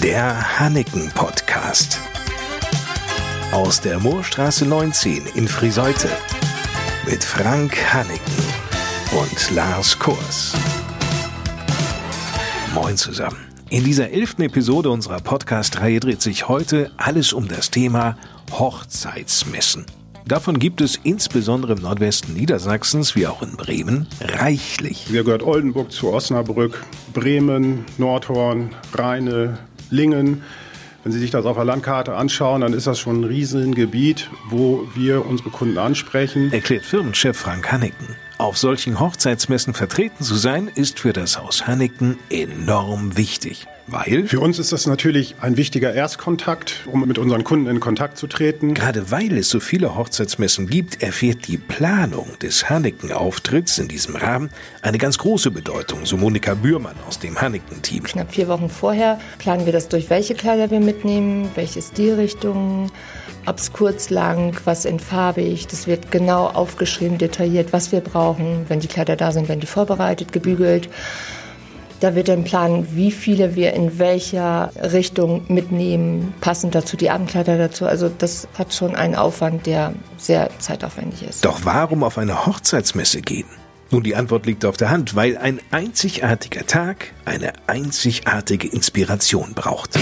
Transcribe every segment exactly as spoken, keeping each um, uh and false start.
Der Hanneken-Podcast. Aus der Moorstraße neunzehn in Friseute. Mit Frank Hanneken und Lars Kors. Moin zusammen. In dieser elften Episode unserer Podcast-Reihe dreht sich heute alles um das Thema Hochzeitsmessen. Davon gibt es insbesondere im Nordwesten Niedersachsens, wie auch in Bremen, reichlich. Hier gehört Oldenburg zu Osnabrück, Bremen, Nordhorn, Rheine, Lingen. Wenn Sie sich das auf der Landkarte anschauen, dann ist das schon ein Riesengebiet, wo wir unsere Kunden ansprechen. Erklärt Firmenchef Frank Hanneken. Auf solchen Hochzeitsmessen vertreten zu sein, ist für das Haus Hanneken enorm wichtig. Weil? Für uns ist das natürlich ein wichtiger Erstkontakt, um mit unseren Kunden in Kontakt zu treten. Gerade weil es so viele Hochzeitsmessen gibt, erfährt die Planung des Hanneken-Auftritts in diesem Rahmen eine ganz große Bedeutung, so Monika Bührmann aus dem Hanneken-Team. Knapp vier Wochen vorher planen wir das durch, welche Kleider wir mitnehmen, welche Stilrichtungen, ob es kurz, lang, was in farbig. Das wird genau aufgeschrieben, detailliert, was wir brauchen. Wenn die Kleider da sind, werden die vorbereitet, gebügelt. Da wird dann planen, wie viele wir in welcher Richtung mitnehmen, passend dazu die Abendkleider dazu. Also das hat schon einen Aufwand, der sehr zeitaufwendig ist. Doch warum auf eine Hochzeitsmesse gehen? Nun, die Antwort liegt auf der Hand, weil ein einzigartiger Tag eine einzigartige Inspiration braucht.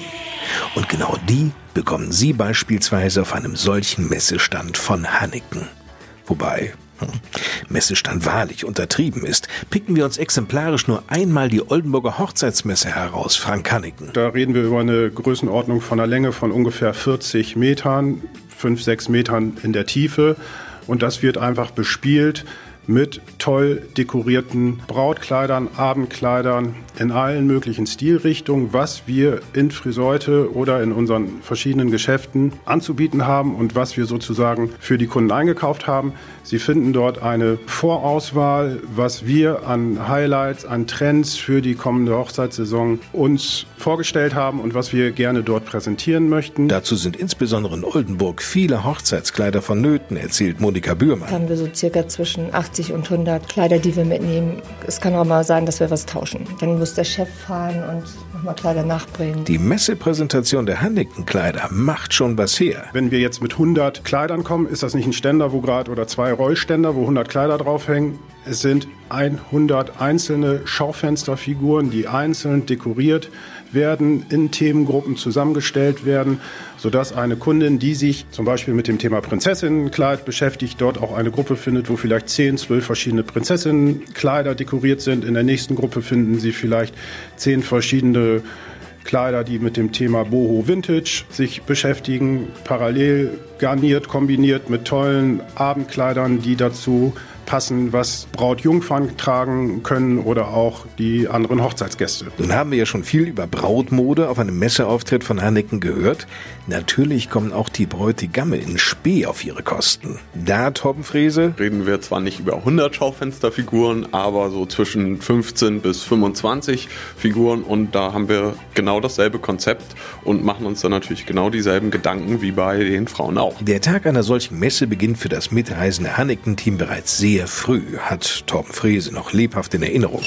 Und genau die bekommen Sie beispielsweise auf einem solchen Messestand von Hanneken. Wobei hm, Messestand wahrlich untertrieben ist, picken wir uns exemplarisch nur einmal die Oldenburger Hochzeitsmesse heraus, Frank Hanneken. Da reden wir über eine Größenordnung von einer Länge von ungefähr vierzig Metern, fünf, sechs Metern in der Tiefe. Und das wird einfach bespielt mit toll dekorierten Brautkleidern, Abendkleidern in allen möglichen Stilrichtungen, was wir in Friseute oder in unseren verschiedenen Geschäften anzubieten haben und was wir sozusagen für die Kunden eingekauft haben. Sie finden dort eine Vorauswahl, was wir an Highlights, an Trends für die kommende Hochzeitssaison uns vorgestellt haben und was wir gerne dort präsentieren möchten. Dazu sind insbesondere in Oldenburg viele Hochzeitskleider vonnöten, erzählt Monika Bührmann. Haben wir so circa zwischen achtzig und hundert Kleider, die wir mitnehmen. Es kann auch mal sein, dass wir was tauschen. Dann muss der Chef fahren und nochmal Kleider nachbringen. Die Messepräsentation der Hanneken-Kleider macht schon was her. Wenn wir jetzt mit hundert Kleidern kommen, ist das nicht ein Ständer, wo gerade oder zwei Rollständer, wo hundert Kleider draufhängen. Es sind hundert einzelne Schaufensterfiguren, die einzeln dekoriert werden, in Themengruppen zusammengestellt werden, sodass eine Kundin, die sich zum Beispiel mit dem Thema Prinzessinnenkleid beschäftigt, dort auch eine Gruppe findet, wo vielleicht zehn, zwölf verschiedene Prinzessinnenkleider dekoriert sind. In der nächsten Gruppe finden sie vielleicht zehn verschiedene Kleider, die mit dem Thema Boho Vintage sich beschäftigen, parallel garniert, kombiniert mit tollen Abendkleidern, die dazu passen, was Brautjungfern tragen können oder auch die anderen Hochzeitsgäste. Nun haben wir ja schon viel über Brautmode auf einem Messeauftritt von Hanneken gehört. Natürlich kommen auch die Bräutigamme in Spee auf ihre Kosten. Da, Torben Frese, reden wir zwar nicht über hundert Schaufensterfiguren, aber so zwischen fünfzehn bis fünfundzwanzig Figuren und da haben wir genau dasselbe Konzept und machen uns dann natürlich genau dieselben Gedanken wie bei den Frauen auch. Der Tag einer solchen Messe beginnt für das mitreisende Hanneken-Team bereits sehr früh, hat Torben Frese noch lebhaft in Erinnerung.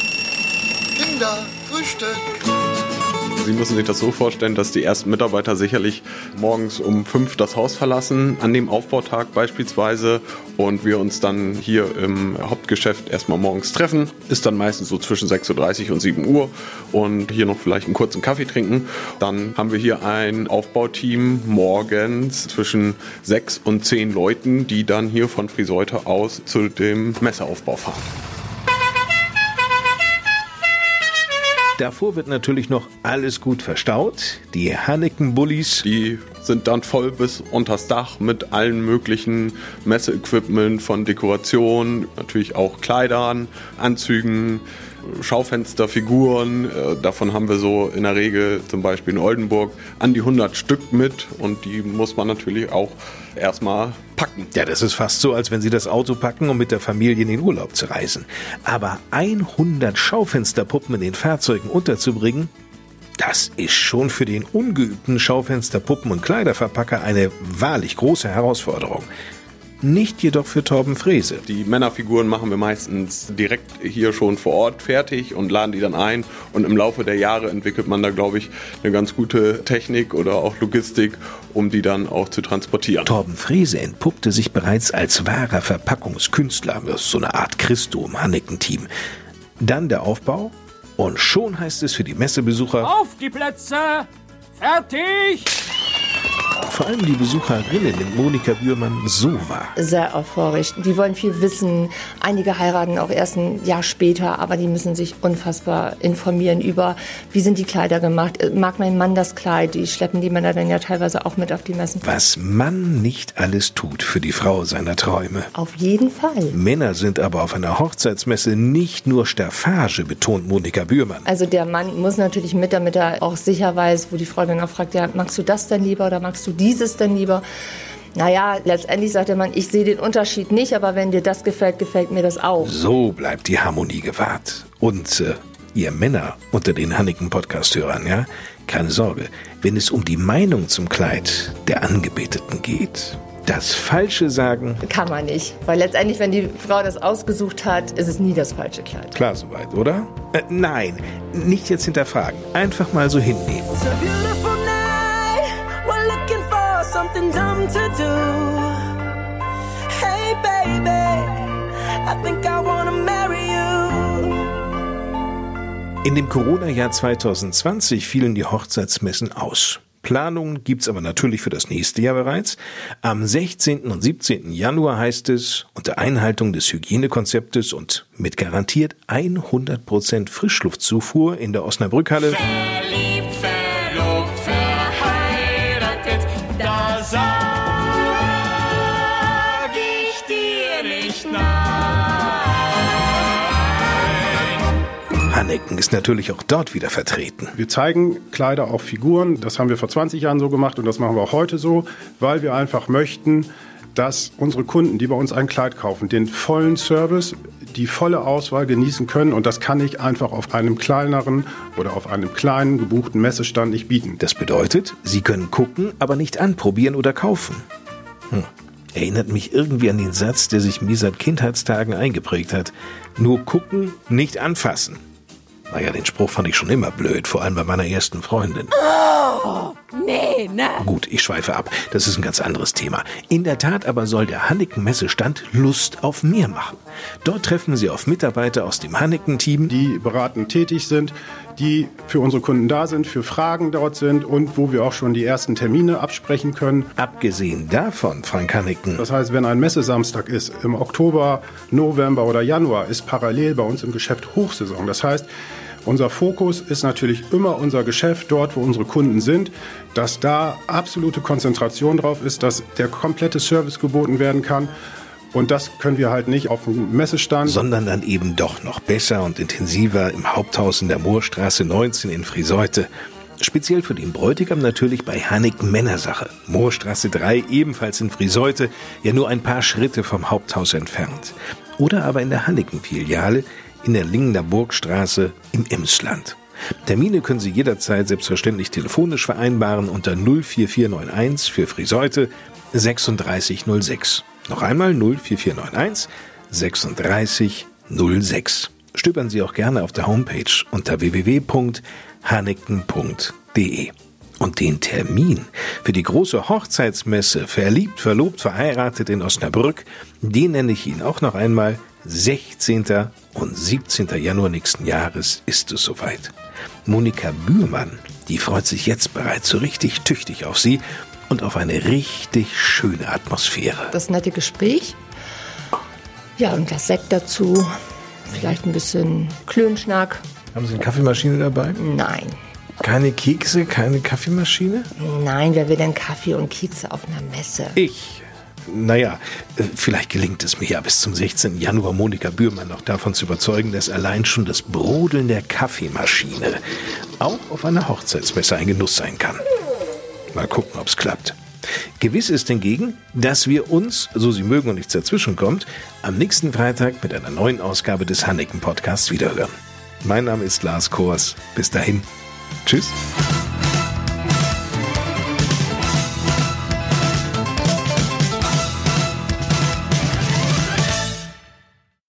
Kinder, Frühstück! Sie müssen sich das so vorstellen, dass die ersten Mitarbeiter sicherlich morgens um fünf das Haus verlassen, an dem Aufbautag beispielsweise, und wir uns dann hier im Hauptgeschäft erstmal morgens treffen. Ist dann meistens so zwischen sechs Uhr dreißig und sieben Uhr und hier noch vielleicht einen kurzen Kaffee trinken. Dann haben wir hier ein Aufbauteam morgens zwischen sechs und zehn Leuten, die dann hier von Friseute aus zu dem Messeaufbau fahren. Davor wird natürlich noch alles gut verstaut. Die Hanneken-Bullis, die sind dann voll bis unters Dach mit allen möglichen Messeequipment von Dekoration, natürlich auch Kleidern, Anzügen, Schaufensterfiguren. Davon haben wir so in der Regel zum Beispiel in Oldenburg an die hundert Stück mit und die muss man natürlich auch erstmal packen. Ja, das ist fast so, als wenn Sie das Auto packen, um mit der Familie in den Urlaub zu reisen. Aber hundert Schaufensterpuppen in den Fahrzeugen unterzubringen, das ist schon für den ungeübten Schaufensterpuppen- und Kleiderverpacker eine wahrlich große Herausforderung. nicht jedoch für Torben Frese. Die Männerfiguren machen wir meistens direkt hier schon vor Ort fertig und laden die dann ein. Und im Laufe der Jahre entwickelt man da, glaube ich, eine ganz gute Technik oder auch Logistik, um die dann auch zu transportieren. Torben Frese entpuppte sich bereits als wahrer Verpackungskünstler, so eine Art Christo im Hanneken-Team. Dann der Aufbau und schon heißt es für die Messebesucher: Auf die Plätze! Fertig! Vor allem die Besucherinnen nimmt Monika Bührmann so wahr. Sehr euphorisch. Die wollen viel wissen. Einige heiraten auch erst ein Jahr später, aber die müssen sich unfassbar informieren über, wie sind die Kleider gemacht. Mag mein Mann das Kleid? Die schleppen die Männer dann ja teilweise auch mit auf die Messen. Was Mann nicht alles tut für die Frau seiner Träume. Auf jeden Fall. Männer sind aber auf einer Hochzeitsmesse nicht nur Staffage, betont Monika Bührmann. Also der Mann muss natürlich mit, damit er auch sicher weiß, wo die Frau dann auch fragt, ja, magst du das denn lieber oder magst du dieses denn lieber? Naja, letztendlich sagt der Mann, ich sehe den Unterschied nicht, aber wenn dir das gefällt, gefällt mir das auch. So bleibt die Harmonie gewahrt. Und äh, ihr Männer unter den Hanneken-Podcast-Hörern, ja, keine Sorge, wenn es um die Meinung zum Kleid der Angebeteten geht, das Falsche sagen kann man nicht, weil letztendlich, wenn die Frau das ausgesucht hat, ist es nie das falsche Kleid. Klar soweit, oder? Äh, nein, nicht jetzt hinterfragen, einfach mal so hinnehmen. Something dumb to do. Hey baby, I think I wanna marry you. In dem Corona-Jahr zwanzig zwanzig fielen die Hochzeitsmessen aus. Planungen gibt's aber natürlich für das nächste Jahr bereits. Am sechzehnten und siebzehnten Januar heißt es, unter Einhaltung des Hygienekonzeptes und mit garantiert hundert Prozent Frischluftzufuhr in der Osnabrückhalle Verliebt, verlobt, verheiratet, da sag ich dir nicht nein. Hanneken ist natürlich auch dort wieder vertreten. Wir zeigen Kleider auf Figuren. Das haben wir vor zwanzig Jahren so gemacht und das machen wir auch heute so, weil wir einfach möchten, dass unsere Kunden, die bei uns ein Kleid kaufen, den vollen Service, die volle Auswahl genießen können. Und das kann ich einfach auf einem kleineren oder auf einem kleinen gebuchten Messestand nicht bieten. Das bedeutet, Sie können gucken, aber nicht anprobieren oder kaufen. Hm. Erinnert mich irgendwie an den Satz, der sich mir seit Kindheitstagen eingeprägt hat. Nur gucken, nicht anfassen. Naja, den Spruch fand ich schon immer blöd, vor allem bei meiner ersten Freundin. Oh, nee, ne? Gut, ich schweife ab. Das ist ein ganz anderes Thema. In der Tat aber soll der Hanneken-Messestand Lust auf mehr machen. Dort treffen Sie auf Mitarbeiter aus dem Hanneken-Team, die beratend tätig sind, die für unsere Kunden da sind, für Fragen dort sind und wo wir auch schon die ersten Termine absprechen können. Abgesehen davon, Frank Hanneken. Das heißt, wenn ein Messesamstag ist, im Oktober, November oder Januar, ist parallel bei uns im Geschäft Hochsaison. Das heißt, unser Fokus ist natürlich immer unser Geschäft dort, wo unsere Kunden sind, dass da absolute Konzentration drauf ist, dass der komplette Service geboten werden kann. Und das können wir halt nicht auf dem Messestand. Sondern dann eben doch noch besser und intensiver im Haupthaus in der Moorstraße neunzehn in Friseute. Speziell für den Bräutigam natürlich bei Hanneken Männersache. Moorstraße drei, ebenfalls in Friseute, ja nur ein paar Schritte vom Haupthaus entfernt. Oder aber in der Hanneken-Filiale in der Lingener Burgstraße im Emsland. Termine können Sie jederzeit selbstverständlich telefonisch vereinbaren unter null vier vier neun eins für Friseute sechsunddreißig null sechs. Noch einmal null vier vier neun eins sechsunddreißig null sechs. Stöbern Sie auch gerne auf der Homepage unter w w w punkt hanneken punkt d e. Und den Termin für die große Hochzeitsmesse Verliebt, Verlobt, Verheiratet in Osnabrück, den nenne ich Ihnen auch noch einmal. sechzehnten und siebzehnten Januar nächsten Jahres ist es soweit. Monika Bührmann, die freut sich jetzt bereits so richtig tüchtig auf Sie und auf eine richtig schöne Atmosphäre. Das nette Gespräch. Ja, und das Sekt dazu. Vielleicht ein bisschen Klönschnack. Haben Sie eine Kaffeemaschine dabei? Nein. Keine Kekse, keine Kaffeemaschine? Nein, wer will denn Kaffee und Kekse auf einer Messe? Ich. Naja, vielleicht gelingt es mir ja bis zum sechzehnten Januar Monika Bührmann noch davon zu überzeugen, dass allein schon das Brodeln der Kaffeemaschine auch auf einer Hochzeitsmesse ein Genuss sein kann. Mal gucken, ob's klappt. Gewiss ist hingegen, dass wir uns, so Sie mögen und nichts dazwischenkommt, am nächsten Freitag mit einer neuen Ausgabe des Hanneken-Podcasts wiederhören. Mein Name ist Lars Kors. Bis dahin. Tschüss.